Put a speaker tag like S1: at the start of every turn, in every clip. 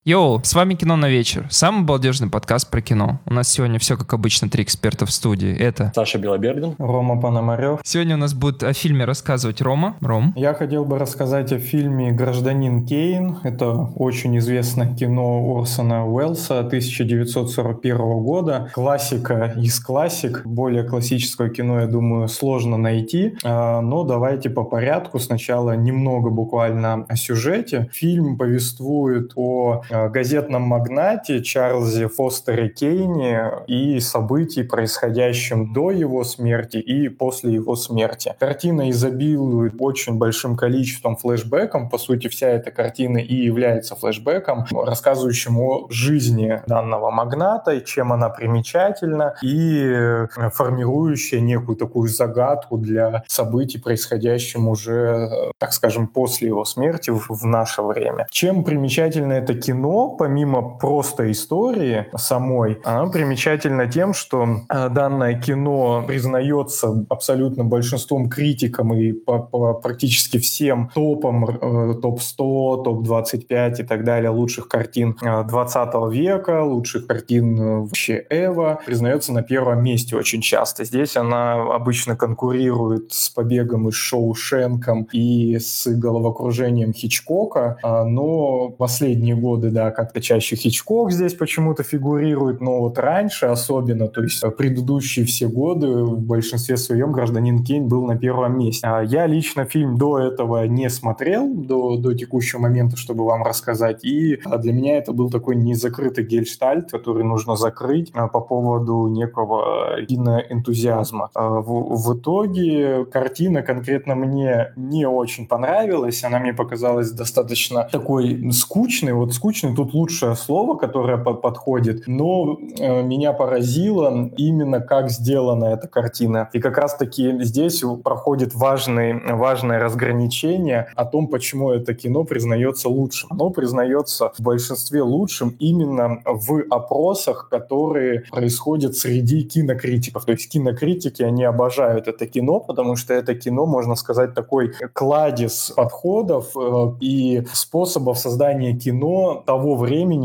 S1: Йоу, с вами «Кино на вечер», самый балдежный подкаст про кино. У нас сегодня все как обычно, 3 эксперта в студии. Это
S2: Саша Белобердин,
S3: Рома Пономарев.
S1: Сегодня у нас будет о фильме рассказывать Рома. Ром.
S3: Я хотел бы рассказать о фильме «Гражданин Кейн». Это очень известное кино Орсона Уэллса 1941 года. Классика из классик. Более классическое кино, я думаю, сложно найти. Но давайте по порядку. Сначала немного буквально о сюжете. Фильм повествует о газетном магнате Чарльзе Фостере Кейне и событий, происходящем до его смерти и после его смерти. Картина изобилует очень большим количеством флешбеков. По сути, вся эта картина и является флешбеком, рассказывающим о жизни данного магната, чем она примечательна, и формирующая некую такую загадку для событий, происходящих уже, так скажем, после его смерти в наше время. Чем примечательно это кино, помимо просто истории самой, оно примечательно тем, что данное кино признается абсолютно большинством критикам и по практически всем топам, топ-100, топ-25 и так далее, лучших картин 20 века, лучших картин вообще эва, признается на первом месте очень часто. Здесь она обычно конкурирует с «Побегом из Шоушенком» и с «Головокружением» Хичкока, но последние годы, да, как-то чаще Хичкок здесь почему-то фигурирует, но вот раньше особенно, то есть предыдущие все годы в большинстве своем «Гражданин Кейн» был на первом месте. Я лично фильм до этого не смотрел, до текущего момента, чтобы вам рассказать, и для меня это был такой незакрытый гельштальт, который нужно закрыть по поводу некого киноэнтузиазма. В итоге картина конкретно мне не очень понравилась, она мне показалась достаточно такой скучной, вот скучный тут лучшее слово, которое подходит, но меня поразило именно как сделана эта картина. И как раз-таки здесь проходит важное разграничение о том, почему это кино признается лучшим. Оно признается в большинстве лучшим именно в опросах, которые происходят среди кинокритиков. То есть кинокритики, они обожают это кино, потому что это кино, можно сказать, такой кладезь подходов и способов создания кино того времени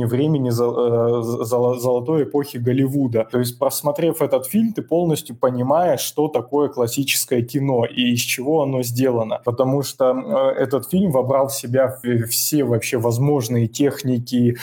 S3: золотой эпохи Голливуда. То есть, просмотрев этот фильм, ты полностью понимаешь, что такое классическое кино и из чего оно сделано. Потому что этот фильм вобрал в себя все вообще возможные техники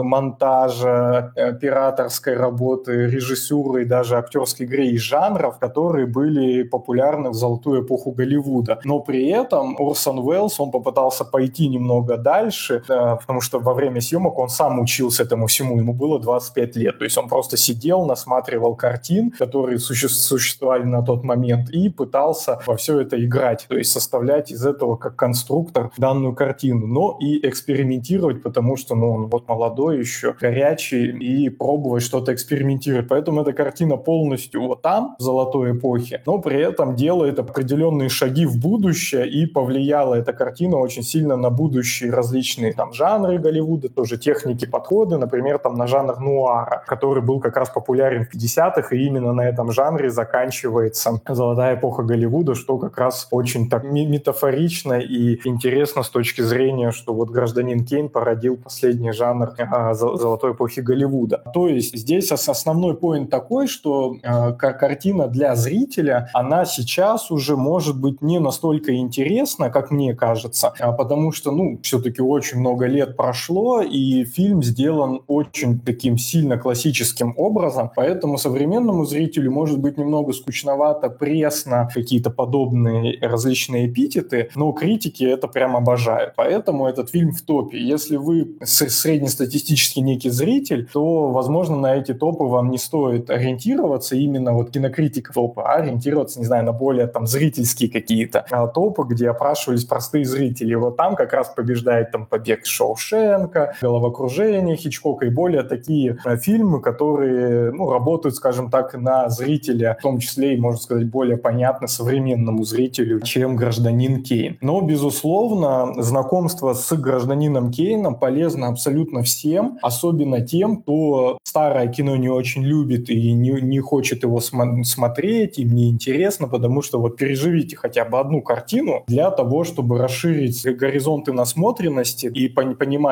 S3: монтажа, операторской работы, режиссуры и даже актерской игры и жанров, которые были популярны в золотую эпоху Голливуда. Но при этом Орсон Уэллс, он попытался пойти немного дальше, потому что во время съемок он сам учился этому всему, ему было 25 лет. То есть он просто сидел, насматривал картин, которые существовали на тот момент, и пытался во все это играть, то есть составлять из этого как конструктор данную картину, но и экспериментировать, потому что он вот молодой еще, горячий, и пробовать что-то экспериментировать. Поэтому эта картина полностью вот там, в золотой эпохе, но при этом делает определенные шаги в будущее, и повлияла эта картина очень сильно на будущие различные там жанры Голливуда, тоже техники, подходы, например, там на жанр нуара, который был как раз популярен в 50-х, и именно на этом жанре заканчивается золотая эпоха Голливуда, что как раз очень так метафорично и интересно с точки зрения, что вот «Гражданин Кейн» породил последний жанр золотой эпохи Голливуда. То есть здесь основной поинт такой, что картина для зрителя, она сейчас уже может быть не настолько интересна, как мне кажется, потому что, все-таки очень много лет прошло, и фильм сделан очень таким сильно классическим образом, поэтому современному зрителю может быть немного скучновато, пресно, какие-то подобные различные эпитеты, но критики это прям обожают. Поэтому этот фильм в топе. Если вы среднестатистический некий зритель, то, возможно, на эти топы вам не стоит ориентироваться, именно вот кинокритиков топа, а ориентироваться, не знаю, на более там зрительские какие-то топы, где опрашивались простые зрители. Вот там как раз побеждает там «Побег из Шоушенка», «Головокружение» Хичкока и более такие фильмы, которые, работают, скажем так, на зрителя, в том числе и, можно сказать, более понятны современному зрителю, чем «Гражданин Кейн». Но, безусловно, знакомство с «Гражданином Кейном» полезно абсолютно всем, особенно тем, кто старое кино не очень любит и не хочет его смотреть, им не интересно, потому что вот переживите хотя бы одну картину для того, чтобы расширить горизонты насмотренности и понимание, что такое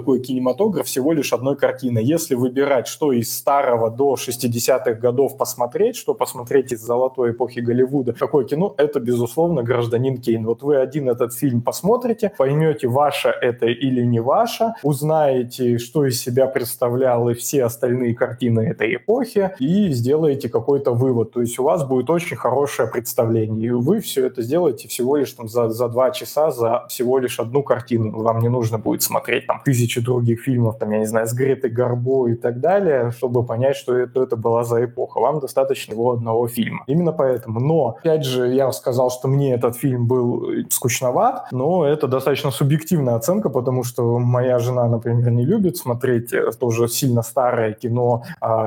S3: такое кинематограф всего лишь одной картины. Если выбирать, что из старого до 60-х годов посмотреть, что посмотреть из золотой эпохи Голливуда, какое кино, это, безусловно, «Гражданин Кейн». Вот вы один этот фильм посмотрите, поймете, ваше это или не ваше, узнаете, что из себя представлял и все остальные картины этой эпохи, и сделаете какой-то вывод. То есть у вас будет очень хорошее представление. И вы все это сделаете всего лишь там, за 2 часа, за всего лишь одну картину. Вам не нужно будет смотреть там 1000 других фильмов, там, я не знаю, с Гретой Гарбо и так далее, чтобы понять, что это была за эпоха. Вам достаточно его одного фильма. Именно поэтому. Но, опять же, я сказал, что мне этот фильм был скучноват, но это достаточно субъективная оценка, потому что моя жена, например, не любит смотреть тоже сильно старое кино,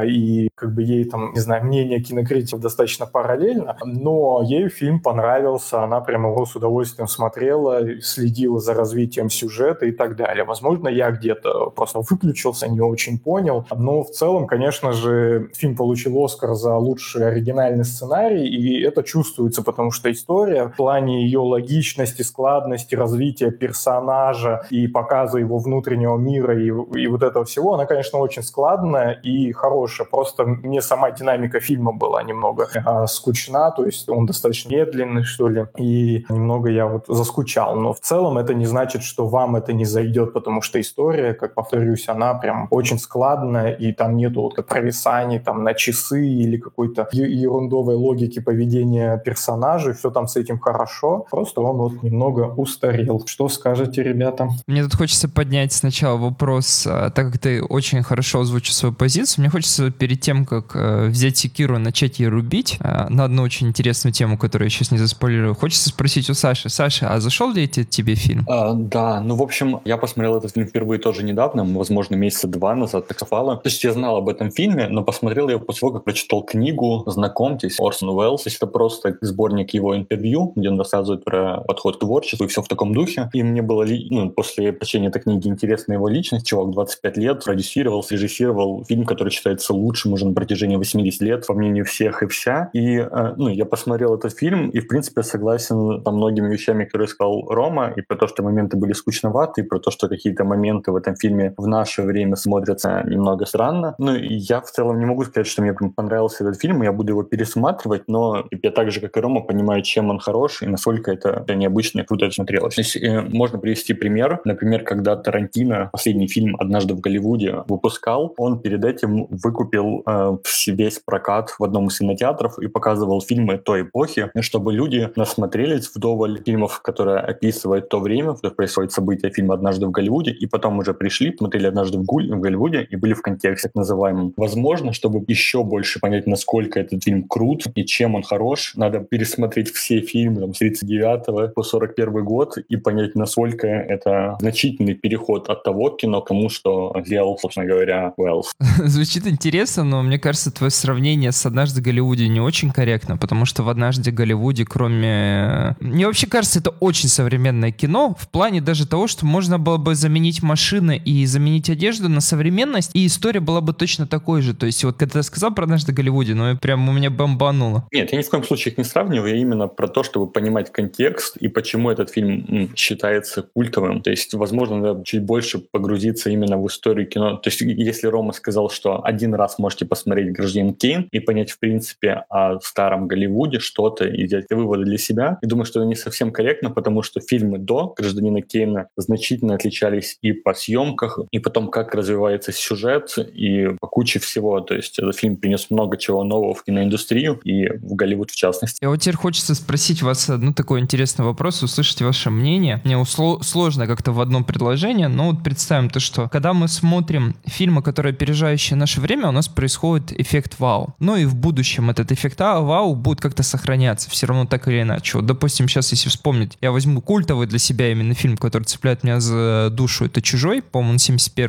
S3: и как бы ей там, не знаю, мнение кинокритиков достаточно параллельно, но ей фильм понравился, она прямо его с удовольствием смотрела, следила за развитием сюжета и так далее. Возможно, я где-то просто выключился, не очень понял, но в целом, конечно же, фильм получил «Оскар» за лучший оригинальный сценарий, и это чувствуется, потому что история в плане ее логичности, складности, развития персонажа и показа его внутреннего мира и вот этого всего, она, конечно, очень складная и хорошая. Просто мне сама динамика фильма была немного скучна, то есть он достаточно медленный, что ли, и немного я вот заскучал. Но в целом это не значит, что вам это не зайдет, потому что история, как повторюсь, она прям очень складная, и там нету вот провисаний там на часы или какой-то ерундовой логики поведения персонажей, все там с этим хорошо, просто он вот немного устарел. Что скажете, ребята?
S1: Мне тут хочется поднять сначала вопрос, так как ты очень хорошо озвучил свою позицию, мне хочется перед тем, как взять секиру, начать ее рубить на одну очень интересную тему, которую я сейчас не заспойлерую, хочется спросить у Саши. Саша, а зашел ли тебе фильм?
S2: Да, в общем, я посмотрел этот фильм впервые тоже недавно, возможно, месяца 2 назад, так совпало. То есть я знал об этом фильме, но посмотрел его после того, как прочитал книгу «Знакомьтесь», Орсон Уэллс. То есть это просто сборник его интервью, где он рассказывает про подход к творчеству и все в таком духе. И мне было, после прочтения этой книги интересна его личность. Чувак 25 лет продюсировал, срежиссировал фильм, который считается лучшим уже на протяжении 80 лет, по мнению всех и вся. И, я посмотрел этот фильм и, в принципе, согласен со многими вещами, которые сказал Рома, и про то, что моменты были скучноваты, и про то, что какие-то моменты в этом фильме в наше время смотрятся немного странно. И я в целом не могу сказать, что мне прям понравился этот фильм, и я буду его пересматривать, но я так же, как и Рома, понимаю, чем он хорош, и насколько это необычно и круто смотрелось. То есть можно привести пример. Например, когда Тарантино последний фильм «Однажды в Голливуде» выпускал, он перед этим выкупил весь прокат в одном из кинотеатров и показывал фильмы той эпохи, чтобы люди насмотрелись вдоволь фильмов, которые описывают то время, в которое происходит события фильма «Однажды в Голливуде», и потом уже пришли, смотрели «Однажды в Голливуде» и были в контексте так называемом. Возможно, чтобы еще больше понять, насколько этот фильм крут и чем он хорош, надо пересмотреть все фильмы с 39 по 41 год и понять, насколько это значительный переход от того кино к тому, что сделал, собственно говоря, Уэллс.
S1: Звучит интересно, но мне кажется, твое сравнение с «Однажды в Голливуде» не очень корректно, потому что в «Однажды в Голливуде», кроме... Мне вообще кажется, это очень современное кино, в плане даже того, что можно было бы заменить машины и заменить одежду на современность, и история была бы точно такой же. То есть вот когда ты сказал про «Однажды в Голливуде», прям у меня бомбануло.
S2: Нет, я ни в коем случае их не сравниваю, я именно про то, чтобы понимать контекст и почему этот фильм считается культовым. То есть, возможно, надо чуть больше погрузиться именно в историю кино. То есть, если Рома сказал, что один раз можете посмотреть «Гражданин Кейн» и понять, в принципе, о старом Голливуде что-то и сделать выводы для себя, я думаю, что это не совсем корректно, потому что фильмы до «Гражданина Кейна» значительно отличались и по съемках, и потом, как развивается сюжет, и по куче всего. То есть, этот фильм принес много чего нового в киноиндустрию и в Голливуд в частности.
S1: И вот теперь хочется спросить вас такой интересный вопрос, услышать ваше мнение. Мне сложно как-то в одном предложении, но вот представим то, что когда мы смотрим фильмы, которые опережающие наше время, у нас происходит эффект вау. И в будущем этот эффект вау будет как-то сохраняться, все равно так или иначе. Вот, допустим, сейчас, если вспомнить, я возьму культовый для себя именно фильм, который цепляет меня за душу, это «Чужой», по-моему,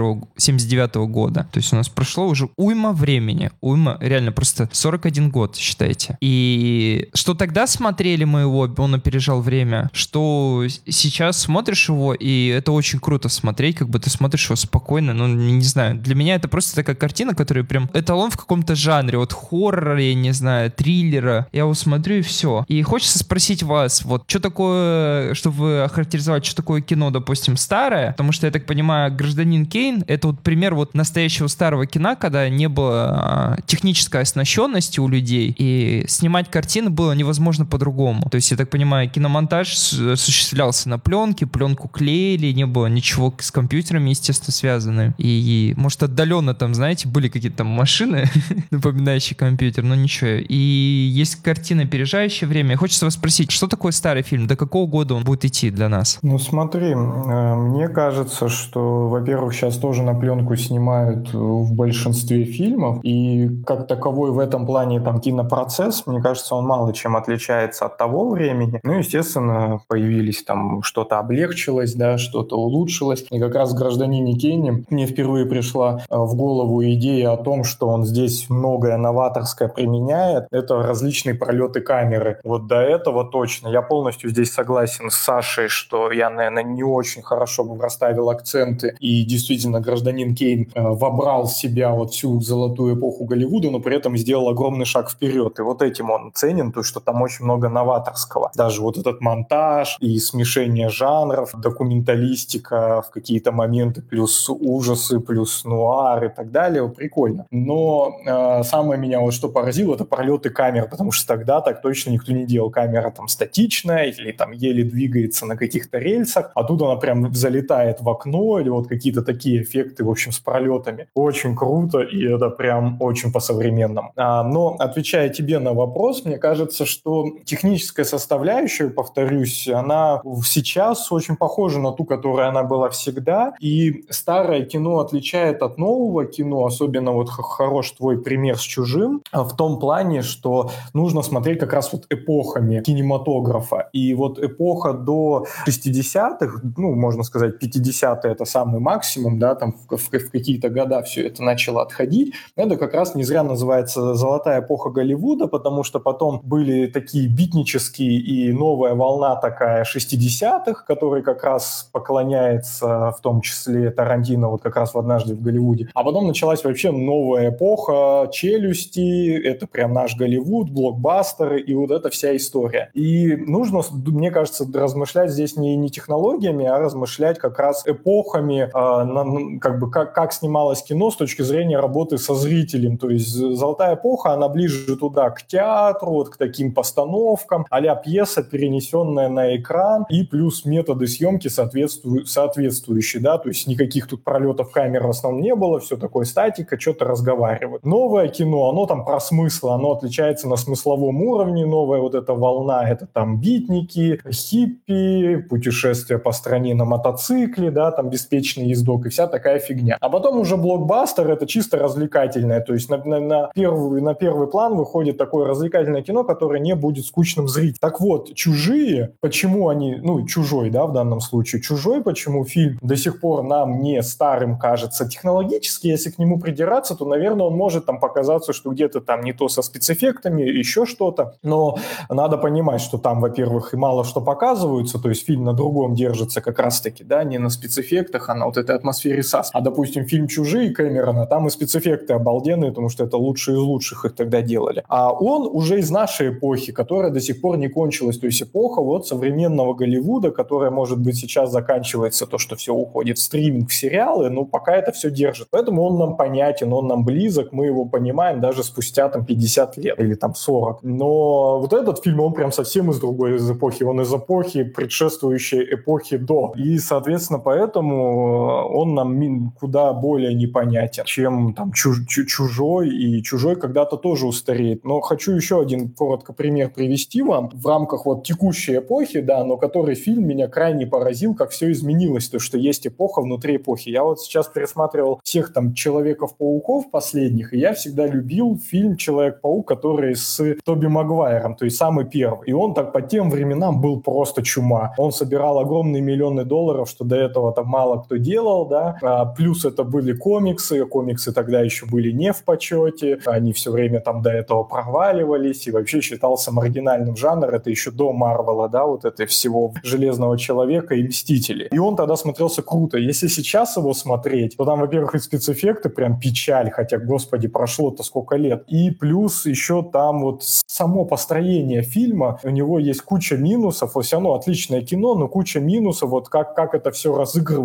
S1: 79-го года. То есть у нас прошло уже уйма времени, реально просто 41 год, считайте. И что тогда смотрели мы его, он опережал время, что сейчас смотришь его, и это очень круто смотреть, как бы ты смотришь его спокойно, не знаю, для меня это просто такая картина, которая прям эталон в каком-то жанре, вот хоррора, я не знаю, триллера, я его смотрю и все. И хочется спросить вас, вот, что такое, чтобы вы охарактеризовать, что такое кино, допустим, старое, потому что я так понимаю, понимаю, «Гражданин Кейн» — это вот пример вот настоящего старого кино, когда не было технической оснащенности у людей, и снимать картины было невозможно по-другому. То есть, я так понимаю, киномонтаж осуществлялся на пленке, пленку клеили, не было ничего с компьютерами, естественно, связанным. И, может, отдаленно там, знаете, были какие-то там машины, напоминающие компьютер, но ничего. И есть картина «Опережающее время». И хочется вас спросить, что такое старый фильм? До какого года он будет идти для нас?
S3: Ну смотри, мне кажется, что, во-первых, сейчас тоже на пленку снимают в большинстве фильмов, и как таковой в этом плане там кинопроцесс, мне кажется, он мало чем отличается от того времени. Ну, естественно, появились там, что-то облегчилось, да, что-то улучшилось. И как раз в «Гражданине Кейне» мне впервые пришла в голову идея о том, что он здесь многое новаторское применяет. Это различные пролеты камеры. Вот до этого точно. Я полностью здесь согласен с Сашей, что я, наверное, не очень хорошо бы расставил акценты. И действительно, «Гражданин Кейн» вобрал в себя вот всю золотую эпоху Голливуда, но при этом сделал огромный шаг вперед. И вот этим он ценен, то, что там очень много новаторского. Даже вот этот монтаж и смешение жанров, документалистика в какие-то моменты, плюс ужасы, плюс нуар и так далее. Прикольно. Но самое меня вот что поразило, это пролеты камер, потому что тогда так точно никто не делал. Камера там статичная или там еле двигается на каких-то рельсах, а тут она прям залетает в окно или вот какие-то такие эффекты, в общем, с пролетами. Очень круто, и это прям очень по-современному. Но, отвечая тебе на вопрос, мне кажется, что техническая составляющая, повторюсь, она сейчас очень похожа на ту, которая она была всегда, и старое кино отличает от нового кино, особенно вот хорош твой пример с «Чужим», в том плане, что нужно смотреть как раз вот эпохами кинематографа. И вот эпоха до 60-х, ну, можно сказать, 50-е — это самый максимум, да, там в какие-то года все это начало отходить. Это как раз не зря называется «золотая эпоха Голливуда», потому что потом были такие битнические и новая волна такая 60-х, которой как раз поклоняется в том числе Тарантино вот как раз в «Однажды в Голливуде». А потом началась вообще новая эпоха «Челюсти», это прям наш Голливуд, блокбастеры и вот эта вся история. И нужно, мне кажется, размышлять здесь не технологиями, а размышлять как раз эпохами, как снималось кино с точки зрения работы со зрителем. То есть «Золотая эпоха», она ближе туда к театру, вот к таким постановкам, а-ля пьеса, перенесенная на экран, и плюс методы съемки соответствующие, да, то есть никаких тут пролетов камер в основном не было, все такое статика, что-то разговаривают. Новое кино, оно там про смысл, оно отличается на смысловом уровне, новая вот эта волна, это там битники, хиппи, путешествия по стране на мотоцикле, да, там беспечный ездок и вся такая фигня. А потом уже блокбастер — это чисто развлекательное, то есть на первый план выходит такое развлекательное кино, которое не будет скучным зрителям. Так вот, «Чужие», почему они, ну, «Чужой», да, в данном случае, «Чужой», почему фильм до сих пор нам не старым кажется технологически, если к нему придираться, то, наверное, он может там показаться, что где-то там не то со спецэффектами, еще что-то, но надо понимать, что там, во-первых, и мало что показываются, то есть фильм на другом держится как раз-таки, да, не на спецэффектах, а на вот этой атмосфере САС. А, допустим, фильм «Чужие» Кэмерона, там и спецэффекты обалденные, потому что это лучшие из лучших их тогда делали. А он уже из нашей эпохи, которая до сих пор не кончилась, то есть эпоха вот современного Голливуда, которая, может быть, сейчас заканчивается, то, что все уходит в стриминг, в сериалы, но пока это все держит. Поэтому он нам понятен, он нам близок, мы его понимаем даже спустя там 50 лет или там 40. Но вот этот фильм, он прям совсем из другой эпохи, он из эпохи, предшествующей эпохи до. И, соответственно, поэтому он нам куда более непонятен, чем там «Чужой», и «Чужой» когда-то тоже устареет. Но хочу еще один коротко пример привести вам в рамках вот текущей эпохи, да, но который фильм меня крайне поразил, как все изменилось, то, что есть эпоха внутри эпохи. Я вот сейчас пересматривал всех там Человеков-пауков последних, и я всегда любил фильм «Человек-паук», который с Тоби Магуайром, то есть самый первый. И он так по тем временам был просто чума. Он собирал огромные миллионы долларов, что до этого там мало кто делал, да. Плюс это были комиксы тогда еще были не в почете, они все время там до этого проваливались, и вообще считался маргинальным жанр, это еще до Марвела, да, вот это всего Железного Человека и Мстителей. И он тогда смотрелся круто. Если сейчас его смотреть, то там, во-первых, и спецэффекты прям печаль, хотя, господи, прошло-то сколько лет. И плюс еще там вот само построение фильма, у него есть куча минусов, все равно отличное кино, но куча минусов, вот как это все разыгрывается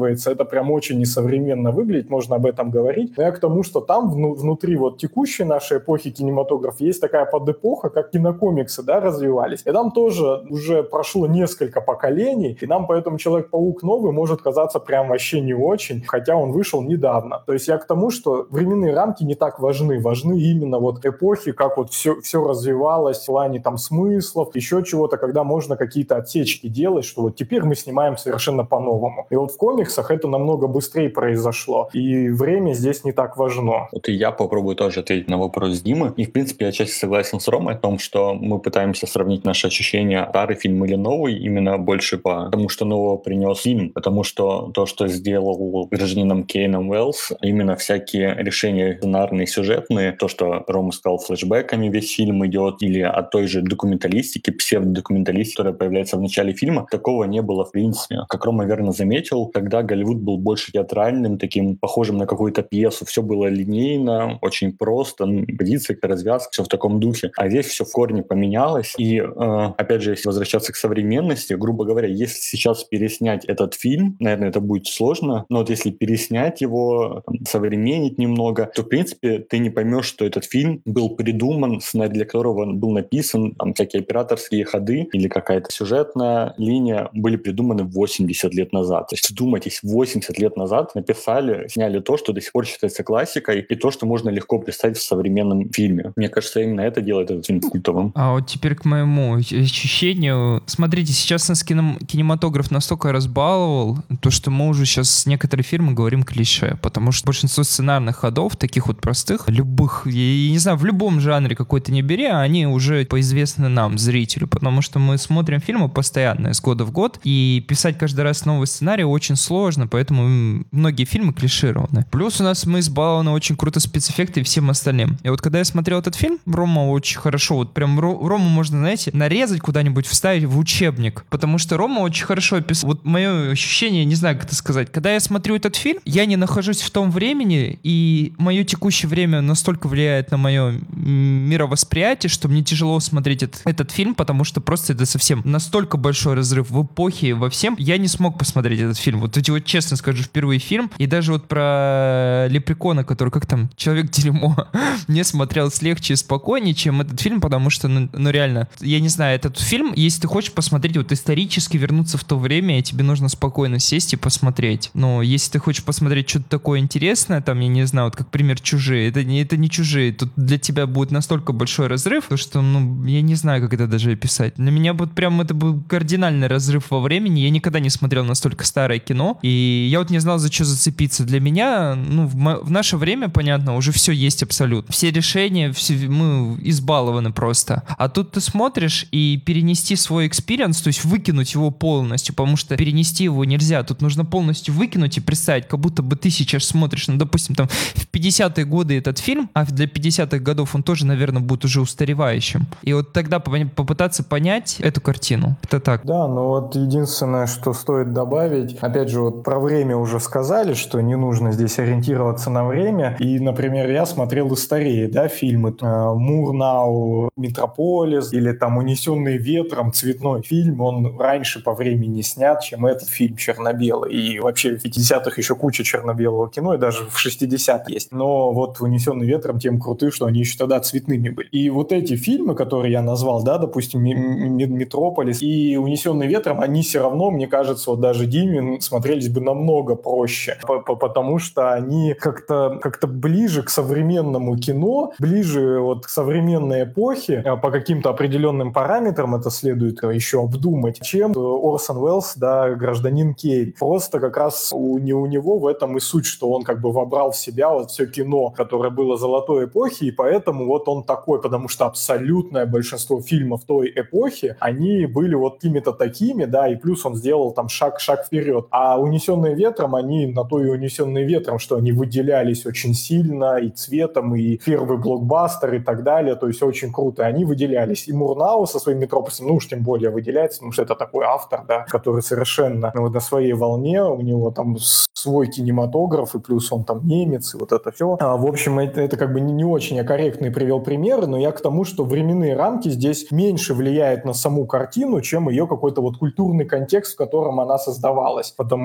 S3: оказывается, это прям очень несовременно выглядит, можно об этом говорить. Но я к тому, что там внутри вот текущей нашей эпохи кинематографа есть такая подэпоха, как кинокомиксы, да, развивались. И там тоже уже прошло несколько поколений, и нам поэтому Человек-паук новый может казаться прям вообще не очень, хотя он вышел недавно. То есть я к тому, что временные рамки не так важны. Важны именно вот эпохи, как вот все развивалось в плане там смыслов, еще чего-то, когда можно какие-то отсечки делать, что вот теперь мы снимаем совершенно по-новому. И вот в комиксах это намного быстрее произошло, и время здесь не так важно.
S2: Вот и я попробую тоже ответить на вопрос Димы. И, в принципе, я отчасти согласен с Ромой о том, что мы пытаемся сравнить наши ощущения, старый фильм или новый, именно больше по тому, что нового принес фильм, потому что то, что сделал гражданином Кейном Уэллс, именно всякие решения сценарные, сюжетные, то, что Рома сказал, флешбэками весь фильм идет, или от той же документалистики, псевдодокументалистики, которая появляется в начале фильма, такого не было в принципе. Как Рома верно заметил, когда Голливуд был больше театральным, таким похожим на какую-то пьесу, все было линейно, очень просто, позиция, развязка, все в таком духе. А здесь все в корне поменялось. И, опять же, если возвращаться к современности, грубо говоря, если сейчас переснять этот фильм, наверное, это будет сложно, но вот если переснять его, там, современнить немного, то, в принципе, ты не поймешь, что этот фильм был придуман, сценарий для которого был написан, там, всякие операторские ходы или какая-то сюжетная линия были придуманы 80 лет назад. То есть, вдумайтесь, 80 лет назад написали, сняли то, что до сих пор считается классикой, и то, что можно легко представить в современном фильме. Мне кажется, именно это делает этот фильм культовым.
S1: А вот теперь к моему ощущению. Смотрите, сейчас нас кинематограф настолько разбаловал, то, что мы уже сейчас с некоторой фирмы говорим клише, потому что большинство сценарных ходов, таких вот простых, любых, я не знаю, в любом жанре какой-то не бери, они уже поизвестны нам, зрителю, потому что мы смотрим фильмы постоянно, из года в год, и писать каждый раз новый сценарий очень сложно, поэтому многие фильмы клишированы. Плюс у нас мы избалованы очень круто спецэффекты и всем остальным. И вот когда я смотрел этот фильм, Рома очень хорошо, вот прям Рому можно, знаете, нарезать куда-нибудь, вставить в учебник, потому что Рома очень хорошо описал. Вот мое ощущение, не знаю, как это сказать, когда я смотрю этот фильм, я не нахожусь в том времени, и мое текущее время настолько влияет на мое мировосприятие, что мне тяжело смотреть этот фильм, потому что просто это совсем настолько большой разрыв в эпохе, во всем. Я не смог посмотреть этот фильм. Вот эти вот, честно скажу, впервые фильм, и даже вот про Лепрекона, который, как там, Человек-дерьмо, не смотрелось легче и спокойнее, чем этот фильм, потому что, ну реально, я не знаю, этот фильм, если ты хочешь посмотреть, вот исторически вернуться в то время, и тебе нужно спокойно сесть и посмотреть. Но если ты хочешь посмотреть что-то такое интересное, там, я не знаю, вот как пример «Чужие», это не «Чужие», тут для тебя будет настолько большой разрыв, что, ну, я не знаю, как это даже описать. Для меня вот прям это был кардинальный разрыв во времени, я никогда не смотрел настолько старое кино, и я вот не знал, за что зацепиться. Для меня, ну, в наше время, понятно, уже все есть абсолютно. Все решения, мы избалованы просто. А тут ты смотришь, и перенести свой экспириенс, то есть выкинуть его полностью, потому что перенести его нельзя. Тут нужно полностью выкинуть и представить, как будто бы ты сейчас смотришь, ну, допустим, там, в 50-е годы этот фильм, а для 50-х годов он тоже, наверное, будет уже устаревающим. И вот тогда попытаться понять эту картину. Это так.
S3: Да, но вот единственное, что стоит добавить, опять же, вот про время уже сказали, что не нужно здесь ориентироваться на время. И, например, я смотрел и старее, да, фильмы «Мурнау», «Метрополис» или там «Унесенный ветром», цветной фильм, он раньше по времени снят, чем этот фильм черно-белый. И вообще в 50-х еще куча черно-белого кино, и даже в 60-х есть. Но вот «Унесенный ветром» тем круты, что они еще тогда цветными были. И вот эти фильмы, которые я назвал, да, допустим, «Метрополис» и «Унесенный ветром», они все равно, мне кажется, вот даже Диме смотрелись бы намного проще, потому что они как-то ближе к современному кино, ближе вот к современной эпохе, по каким-то определенным параметрам это следует еще обдумать, чем Орсон Уэллс, да, «Гражданин Кейн». Просто как раз у него в этом и суть, что он как бы вобрал в себя вот все кино, которое было золотой эпохи, и поэтому вот он такой, потому что абсолютное большинство фильмов той эпохи, они были вот какими-то такими, да, и плюс он сделал там шаг вперед. А «Унесенные ветром», они на то и «Унесенные ветром», что они выделялись очень сильно и цветом, и первый блокбастер и так далее, то есть очень круто. Они выделялись. И Мурнау со своим «Метрополисом», ну уж тем более выделяется, потому что это такой автор, да, который совершенно вот на своей волне, у него там свой кинематограф, и плюс он там немец, и вот это все. В общем, это как бы не очень я корректный привел примеры, но я к тому, что временные рамки здесь меньше влияют на саму картину, чем ее какой-то вот культурный контекст, в котором она создавалась. Потому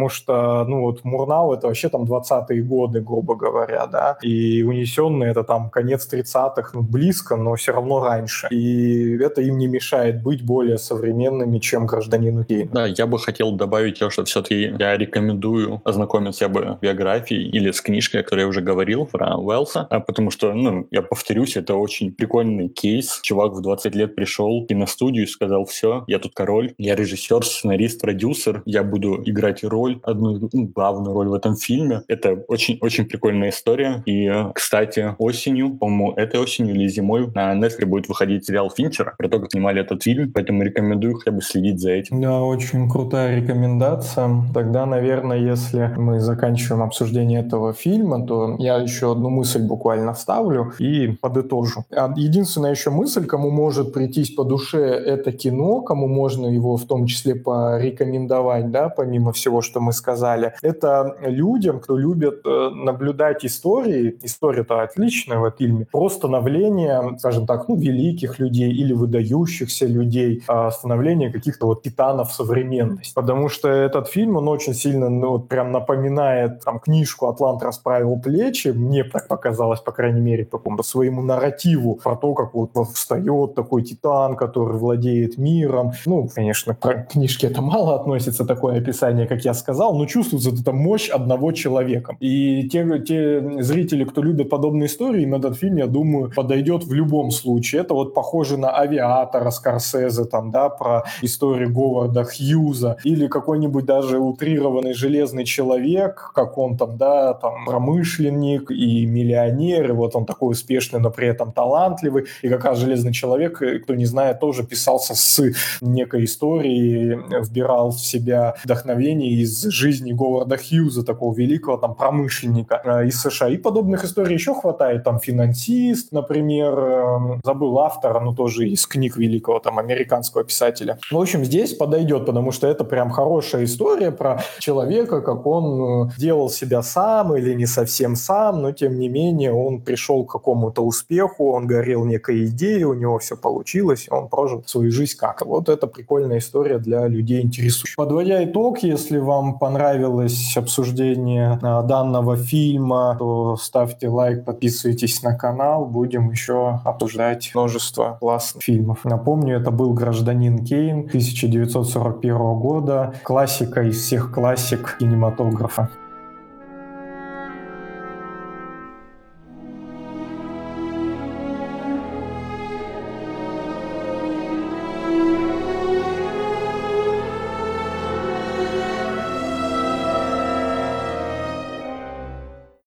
S3: потому что, ну, вот Мурнау — это вообще там 20-е годы, грубо говоря, да, и «Унесенные» — это там конец 30-х, ну, близко, но все равно раньше. И это им не мешает быть более современными, чем «Гражданину Кейну».
S2: Да, я бы хотел добавить то, что все-таки я рекомендую ознакомиться я бы с биографией или с книжкой, о которой я уже говорил, про Уэллса, потому что, ну, я повторюсь, это очень прикольный кейс. Чувак в 20 лет пришел в киностудию и сказал: все, я тут король, я режиссер, сценарист, продюсер, я буду играть роль, одну главную роль в этом фильме. Это очень-очень прикольная история. И, кстати, осенью, по-моему, этой осенью или зимой на Netflix будет выходить сериал Финчера про то, как снимали этот фильм, поэтому рекомендую хотя бы следить за этим.
S3: Да, очень крутая рекомендация. Тогда, наверное, если мы заканчиваем обсуждение этого фильма, то я еще одну мысль буквально вставлю и подытожу. Единственная еще мысль, кому может прийтись по душе это кино, кому можно его в том числе порекомендовать, да, помимо всего, что мы сказали, это людям, кто любит наблюдать истории. История-то отличная в этом фильме. Про становление, скажем так, ну, великих людей или выдающихся людей, становление каких-то вот титанов современности. Потому что этот фильм, он очень сильно, ну, вот прям напоминает там книжку «Атлант расправил плечи». Мне так показалось, по крайней мере, по какому-то своему нарративу про то, как вот встает такой титан, который владеет миром. Ну, конечно, к книжке это мало относится, такое описание, как я сказал, но чувствуется вот эта мощь одного человека. И те зрители, кто любит подобные истории, им этот фильм, я думаю, подойдет в любом случае. Это вот похоже на «Авиатора» Скорсезе, там, да, про историю Говарда Хьюза, или какой-нибудь даже утрированный «Железный человек», как он там, да, там, промышленник и миллионер, и вот он такой успешный, но при этом талантливый, и как раз «Железный человек», кто не знает, тоже писался с некой историей, вбирал в себя вдохновение из жизни Говарда Хьюза, такого великого там промышленника из США. И подобных историй еще хватает, там «Финансист», например, забыл автора, но тоже из книг великого там американского писателя. В общем, здесь подойдет, потому что это прям хорошая история про человека, как он делал себя сам или не совсем сам, но тем не менее он пришел к какому-то успеху, он горел некой идеей, у него все получилось, он прожил свою жизнь как. Вот это прикольная история для людей интересующих. Подводя итог, если вам понравилось обсуждение данного фильма, то ставьте лайк, подписывайтесь на канал, будем еще обсуждать множество классных фильмов. Напомню, это был «Гражданин Кейн» 1941 года, классика из всех классик кинематографа.